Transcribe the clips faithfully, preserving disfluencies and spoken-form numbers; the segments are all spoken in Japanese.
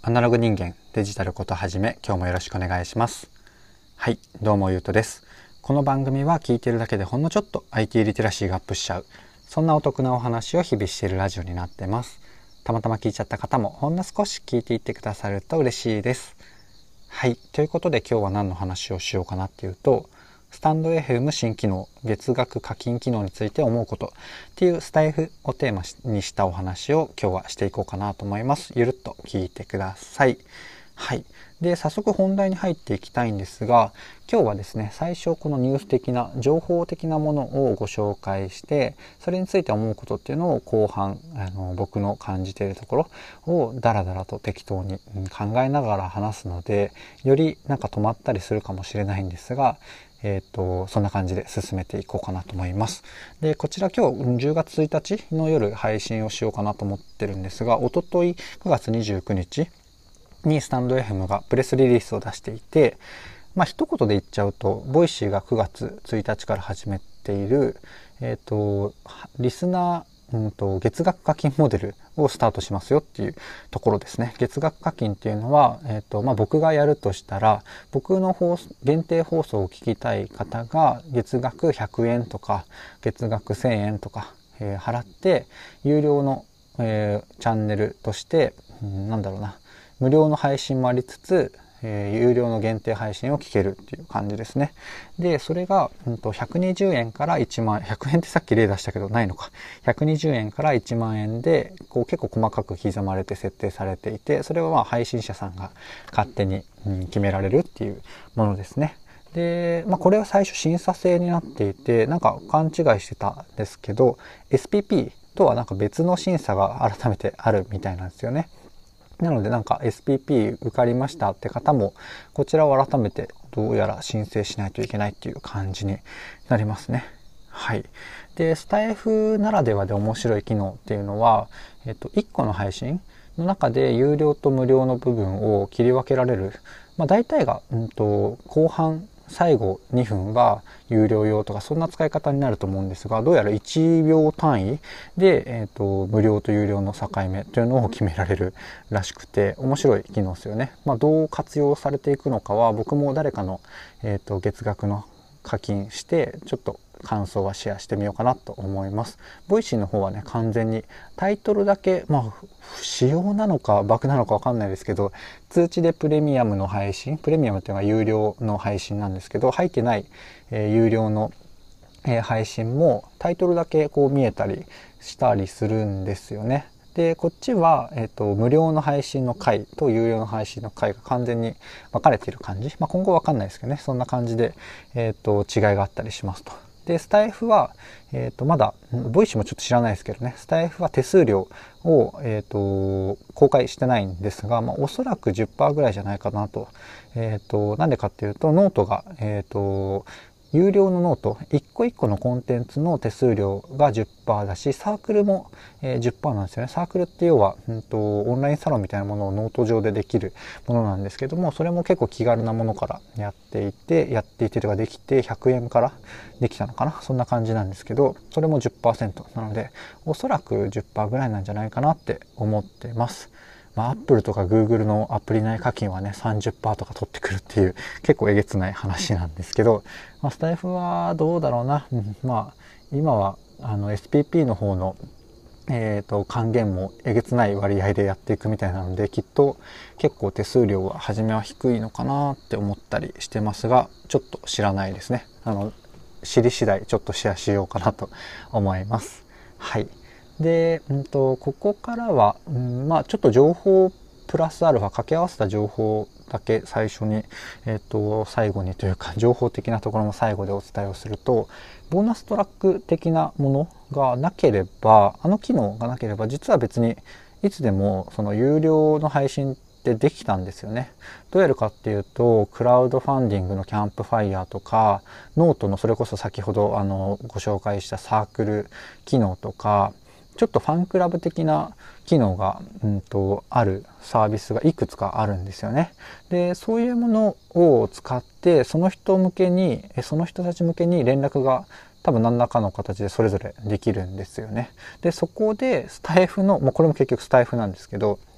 アナログ人間デジタルことはじめ、今日もよろしくお願いします。はい、どうもゆうとです。この番組は聞いているだけでほんのちょっと アイティー リテラシーがアップしちゃう、そんなお得なお話を日々しているラジオになってます。たまたま聞いちゃった方もほんの少し聞いていってくださると嬉しいです。はい、ということで今日は何の話をしようかなっていうと、スタンド エフエム 新機能、月額課金機能について思うことっていうスタイフをテーマにしたお話を今日はしていこうかなと思います。ゆるっと聞いてください。はい。で、早速本題に入っていきたいんですが、今日はですね、最初このニュース的な、情報的なものをご紹介して、それについて思うことっていうのを後半、あの僕の感じているところをダラダラと適当に考えながら話すので、よりなんか止まったりするかもしれないんですが、えーと、そんな感じで進めていこうかなと思います。で、こちら今日じゅうがつついたちの夜配信をしようかなと思ってるんですが、おとといくがつにじゅうくにちにスタンド エフエム がプレスリリースを出していて、まあ一言で言っちゃうと、ボイシーがくがつついたちから始めている、えっと、リスナー、うんと、月額課金モデルをスタートしますよっていうところですね。月額課金っていうのは、えっと、まあ僕がやるとしたら、僕の放送、限定放送を聞きたい方が月額ひゃくえんとか、月額せんえんとか、えー、払って、有料の、えー、チャンネルとして、うん、なんだろうな、無料の配信もありつつ、えー、有料の限定配信を聞けるっていう感じですね。で、それが、うんと、ひゃくにじゅうえんからいちまん、ひゃくえんってさっき例出したけどないのか。ひゃくにじゅうえんからいちまんえんで、こう結構細かく刻まれて設定されていて、それはまあ配信者さんが勝手に、うん、決められるっていうものですね。で、まあこれは最初審査制になっていて、なんか勘違いしてたんですけど、エスピーピー とはなんか別の審査が改めてあるみたいなんですよね。なのでなんか エスピーピー 受かりましたって方もこちらを改めてどうやら申請しないといけないっていう感じになりますね。はい。で、スタイフならではで面白い機能っていうのは、えっと、いっこの配信の中で有料と無料の部分を切り分けられる。まあ大体が、うんと、後半最後にふんは有料用とかそんな使い方になると思うんですが、どうやらいちびょう単位で、えーと、無料と有料の境目というのを決められるらしくて面白い機能ですよね。まあ、どう活用されていくのかは僕も誰かの、えーと、月額の課金してちょっと感想はシェアしてみようかなと思います。ボイシーの方はね、完全にタイトルだけ、まあ仕様なのかバグなのかわかんないですけど、通知でプレミアムの配信、プレミアムっていうのは有料の配信なんですけど、入ってない、えー、有料の、えー、配信もタイトルだけこう見えたりしたりするんですよね。で、こっちは、えっと、無料の配信の回と有料の配信の回が完全に分かれている感じ。まあ、今後わかんないですけどね、そんな感じで、えっと、違いがあったりしますと。で、スタイフは、えっと、まだ、ボイシーもちょっと知らないですけどね、スタイフは手数料を、えっと、公開してないんですが、まあ、おそらく じゅっパーセント ぐらいじゃないかなと。えっと、なんでかっていうと、ノートが、えっと、有料のノート、一個一個のコンテンツの手数料が じゅっパーセント だし、サークルも じゅっパーセント なんですよね。サークルって要は、うんと、オンラインサロンみたいなものをノート上でできるものなんですけども、それも結構気軽なものからやっていて、やっていてとかできて、ひゃくえんからできたのかな。そんな感じなんですけど、それも じゅっパーセント なので、おそらく じゅっパーセント ぐらいなんじゃないかなって思ってます。まあ、Apple とか Google のアプリ内課金はね、さんじゅっパーセント とか取ってくるっていう結構えげつない話なんですけど、まあ、スタイフはどうだろうな。うん、まあ、今はあの エスピーピー の方のえーと、還元もえげつない割合でやっていくみたいなので、きっと結構手数料は初めは低いのかなって思ったりしてますが、ちょっと知らないですね。あの、知り次第ちょっとシェアしようかなと思います。はい。で、うんと、ここからは、うん、まあちょっと情報プラスアルファ掛け合わせた情報だけ最初に、えっと、最後にというか情報的なところも最後でお伝えをすると、ボーナストラック的なものがなければ、あの機能がなければ、実は別にいつでもその有料の配信ってできたんですよね。どうやるかっていうと、クラウドファンディングのキャンプファイヤーとか、ノートのそれこそ先ほどあのご紹介したサークル機能とか、ちょっとファンクラブ的な機能が、うんと、あるサービスがいくつかあるんですよね。で、そういうものを使って、その人向けに、その人たち向けに連絡が多分何らかの形でそれぞれできるんですよね。で、そこでスタイフの、もうこれも結局スタイフなんですけど、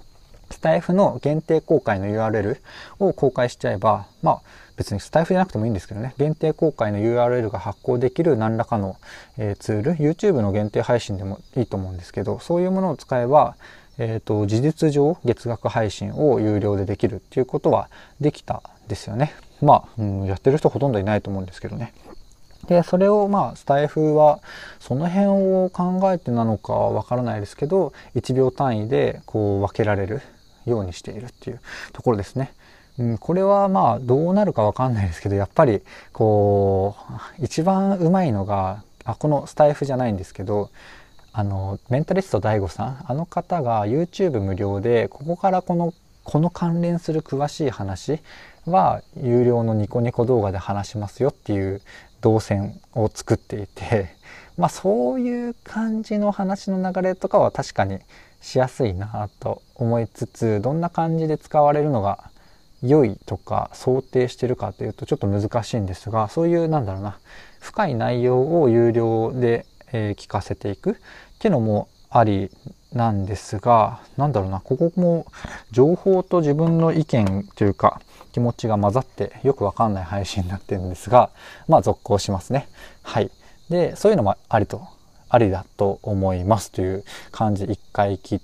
スタイフの限定公開の ユーアールエル を公開しちゃえば、まあ別にスタイフじゃなくてもいいんですけどね、限定公開の ユーアールエル が発行できる何らかの、えー、ツール、YouTube の限定配信でもいいと思うんですけど、そういうものを使えば、えーと、事実上月額配信を有料でできるっていうことはできたんですよね。まあ、うん、やってる人ほとんどいないと思うんですけどね。で、それをまあスタイフはその辺を考えてなのかわからないですけど、いちびょう単位でこう分けられるようにしているっていうところですね。うん、これはまあどうなるかわかんないですけど、やっぱりこう一番うまいのが、あ、このスタイフじゃないんですけど、あのメンタリスト ダイゴ さん、あの方が YouTube 無料でここからこのこの関連する詳しい話は有料のニコニコ動画で話しますよっていう動線を作っていて、まあそういう感じの話の流れとかは確かにしやすいなと思いつつ、どんな感じで使われるのが良いとか想定してるかというとちょっと難しいんですが、そういうなんだろうな、深い内容を有料で、えー、聞かせていくっていうのもありなんですが、なんだろうな、ここも情報と自分の意見というか気持ちが混ざってよくわかんない配信になってるんですが、まあ続行しますね。はい。で、そういうのもありと、ありだと思いますという感じで一回切って、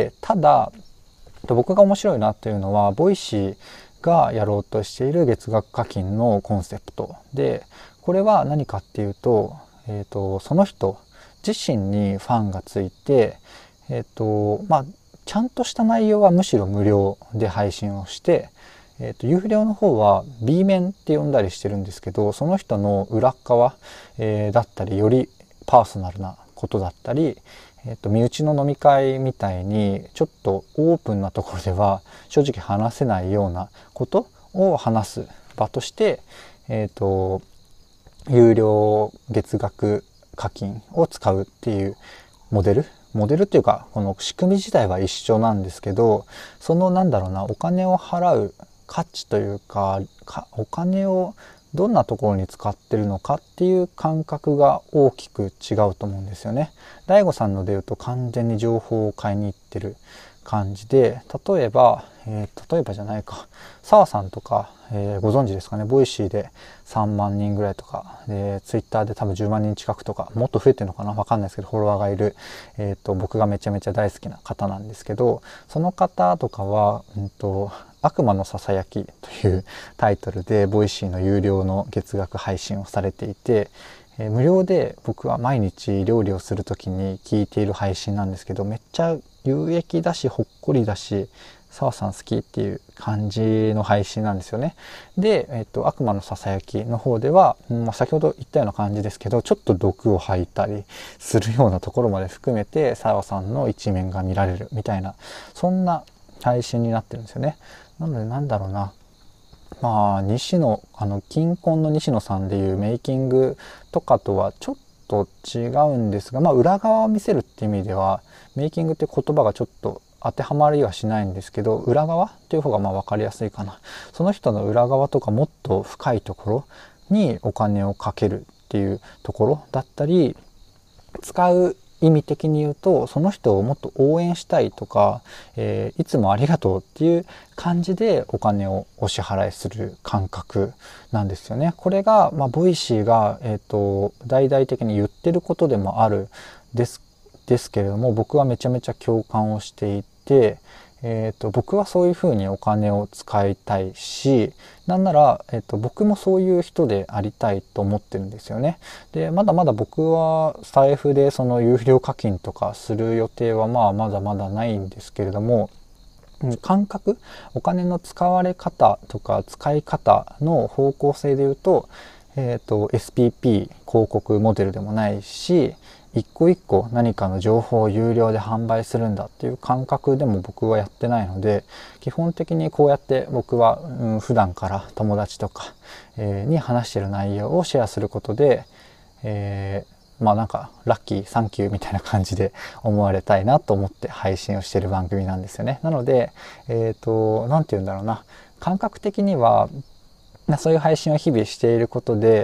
ただ、僕が面白いなというのは、ボイシーがやろうとしている月額課金のコンセプトで、これは何かっていうと、えっと、その人自身にファンがついて、えっと、まあ、ちゃんとした内容はむしろ無料で配信をして、えっと、有料の方は B 面って呼んだりしてるんですけど、その人の裏側、えー、だったり、よりパーソナルなことだったり、えっと、身内の飲み会みたいにちょっとオープンなところでは正直話せないようなことを話す場として、えっと、有料月額課金を使うっていうモデルモデルっていうか、この仕組み自体は一緒なんですけど、そのなんだろうな、お金を払う価値というか、かお金をどんなところに使ってるのかっていう感覚が大きく違うと思うんですよね。ダイゴさんので言うと完全に情報を買いに行ってる感じで、例えば、えー、例えばじゃないか、澤さんとか、えー、ご存知ですかね、ボイシーでさんまんにんぐらいとか、でツイッターで多分じゅうまんにん近くとか、もっと増えてるのかな、わかんないですけど、フォロワーがいる、えーと、僕がめちゃめちゃ大好きな方なんですけど、その方とかは、うんと、悪魔のささやきというタイトルでボイシーの有料の月額配信をされていて、えー、無料で僕は毎日料理をする時に聞いている配信なんですけど、めっちゃ有益だし、ほっこりだし、澤さん好きっていう感じの配信なんですよね。で、えっと、悪魔のささやきの方では、まあ、先ほど言ったような感じですけど、ちょっと毒を吐いたりするようなところまで含めて、澤さんの一面が見られるみたいな、そんな配信になってるんですよね。なので、なんだろうな。まあ、西野、あの、金婚の西野さんでいうメイキングとかとはちょっと違うんですが、まあ、裏側を見せるっていう意味では、メイキングって言葉がちょっと当てはまりはしないんですけど、裏側っていう方がまあ分かりやすいかな。その人の裏側とかもっと深いところにお金をかけるっていうところだったり、使う意味的に言うと、その人をもっと応援したいとか、えー、いつもありがとうっていう感じでお金をお支払いする感覚なんですよね。これが、まあ、ボイシーが、えっと、大々的に言ってることでもあるですですけれども、僕はめちゃめちゃ共感をしていて、えー、と僕はそういうふうにお金を使いたいし、なんなら、えー、と僕もそういう人でありたいと思ってるんですよね。で、まだまだ僕は財布でその有料課金とかする予定はまあまだまだないんですけれども、感覚、お金の使われ方とか使い方の方向性で言うと、えー、と エスピーピー 広告モデルでもないし、一個一個何かの情報を有料で販売するんだっていう感覚でも僕はやってないので、基本的にこうやって僕は、うん、普段から友達とか、えー、に話している内容をシェアすることで、えー、まあなんかラッキーサンキューみたいな感じで思われたいなと思って配信をしている番組なんですよね。なので、えっと、なんて言うんだろうな、感覚的にはそういう配信を日々していることで、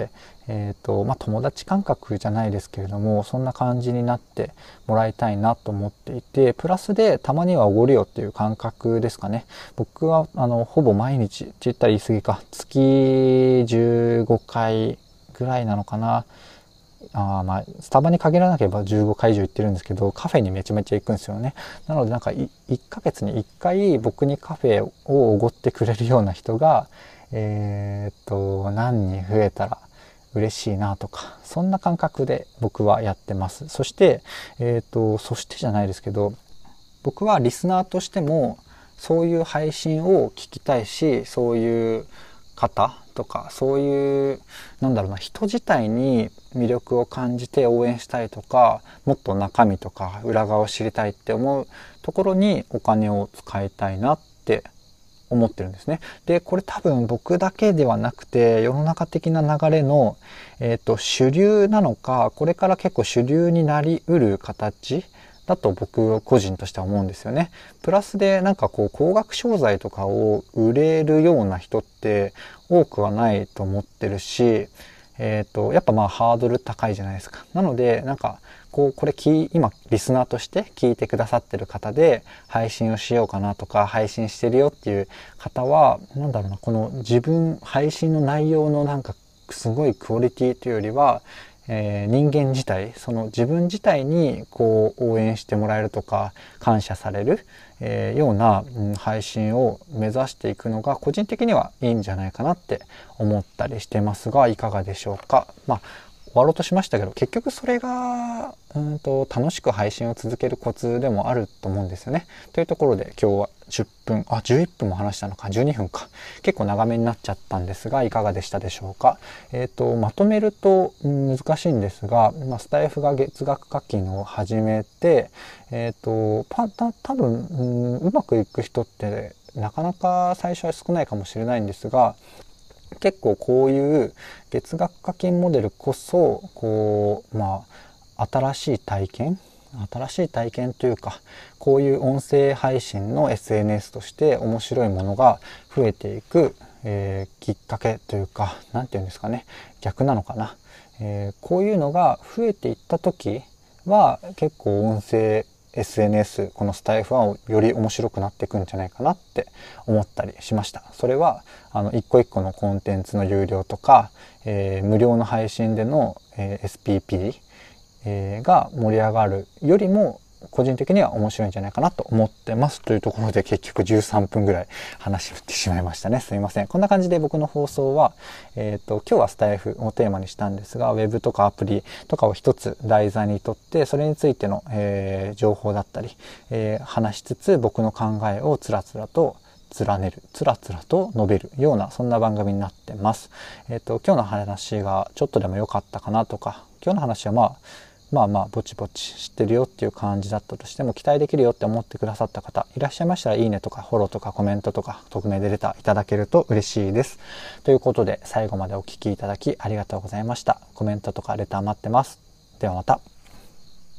えーとまあ、友達感覚じゃないですけれども、そんな感じになってもらいたいなと思っていて、プラスでたまにはおごるよっていう感覚ですかね。僕はあのほぼ毎日って言ったら言い過ぎか、月じゅうごかいぐらいなのかな。あまあスタバに限らなければじゅうごかい以上行ってるんですけど、カフェにめちゃめちゃ行くんですよね。なのでなんかいっかげつにいっかい僕にカフェをおごってくれるような人がえー、っと何人増えたら嬉しいなとか、そんな感覚で僕はやってます。そしてえー、っとそしてじゃないですけど、僕はリスナーとしてもそういう配信を聞きたいし、そういう方とかそういうなんだろうな、人自体に魅力を感じて応援したいとか、もっと中身とか裏側を知りたいって思うところにお金を使いたいなって思ってるんですね。でこれ多分僕だけではなくて世の中的な流れの、えーと、主流なのか、これから結構主流になりうる形だと僕個人としては思うんですよね。プラスでなんかこう高額商材とかを売れるような人って多くはないと思ってるし、えーと、やっぱまあハードル高いじゃないですか。なのでなんかこうこれ今リスナーとして聞いてくださってる方で配信をしようかなとか、配信してるよっていう方はなんだろうな、この自分配信の内容のなんかすごいクオリティというよりは、えー、人間自体、その自分自体にこう応援してもらえるとか感謝される、えー、ような、うん、配信を目指していくのが個人的にはいいんじゃないかなって思ったりしてますが、いかがでしょうか。まあ終わろうとしましたけど、結局それがうんと楽しく配信を続けるコツでもあると思うんですよね。というところで今日はじゅっぷん、あじゅういっぷんも話したのか、じゅうにふんか、結構長めになっちゃったんですが、いかがでしたでしょうか。えっとまとめると、うん、難しいんですが、まあ、スタイフが月額課金を始めて、えっとパた多分、うん、うまくいく人ってなかなか最初は少ないかもしれないんですが、結構こういう月額課金モデルこそこうまあ新しい体験新しい体験というか、こういう音声配信の エスエヌエス として面白いものが増えていく、えー、きっかけというか、なんていうんですかね、逆なのかな、えー、こういうのが増えていった時は結構音声エスエヌエス、 このスタイフはより面白くなっていくんじゃないかなって思ったりしました。それはあの一個一個のコンテンツの有料とか、えー、無料の配信での、えー、エスピーピー、えー、が盛り上がるよりも個人的には面白いんじゃないかなと思ってますというところで、結局じゅうさんぷんぐらい話してしまいましたね。すいません。こんな感じで僕の放送は、えっと今日はスタイフをテーマにしたんですが、ウェブとかアプリとかを一つ題材にとって、それについての、えー、情報だったり、えー、話しつつ僕の考えをつらつらと連ねる、つらつらと述べるような、そんな番組になってます。えっと今日の話がちょっとでも良かったかなとか、今日の話はまあまあまあぼちぼち知ってるよっていう感じだったとしても、期待できるよって思ってくださった方いらっしゃいましたら、いいねとかフォローとかコメントとか匿名でレターいただけると嬉しいです。ということで最後までお聞きいただきありがとうございました。コメントとかレター待ってます。ではまた。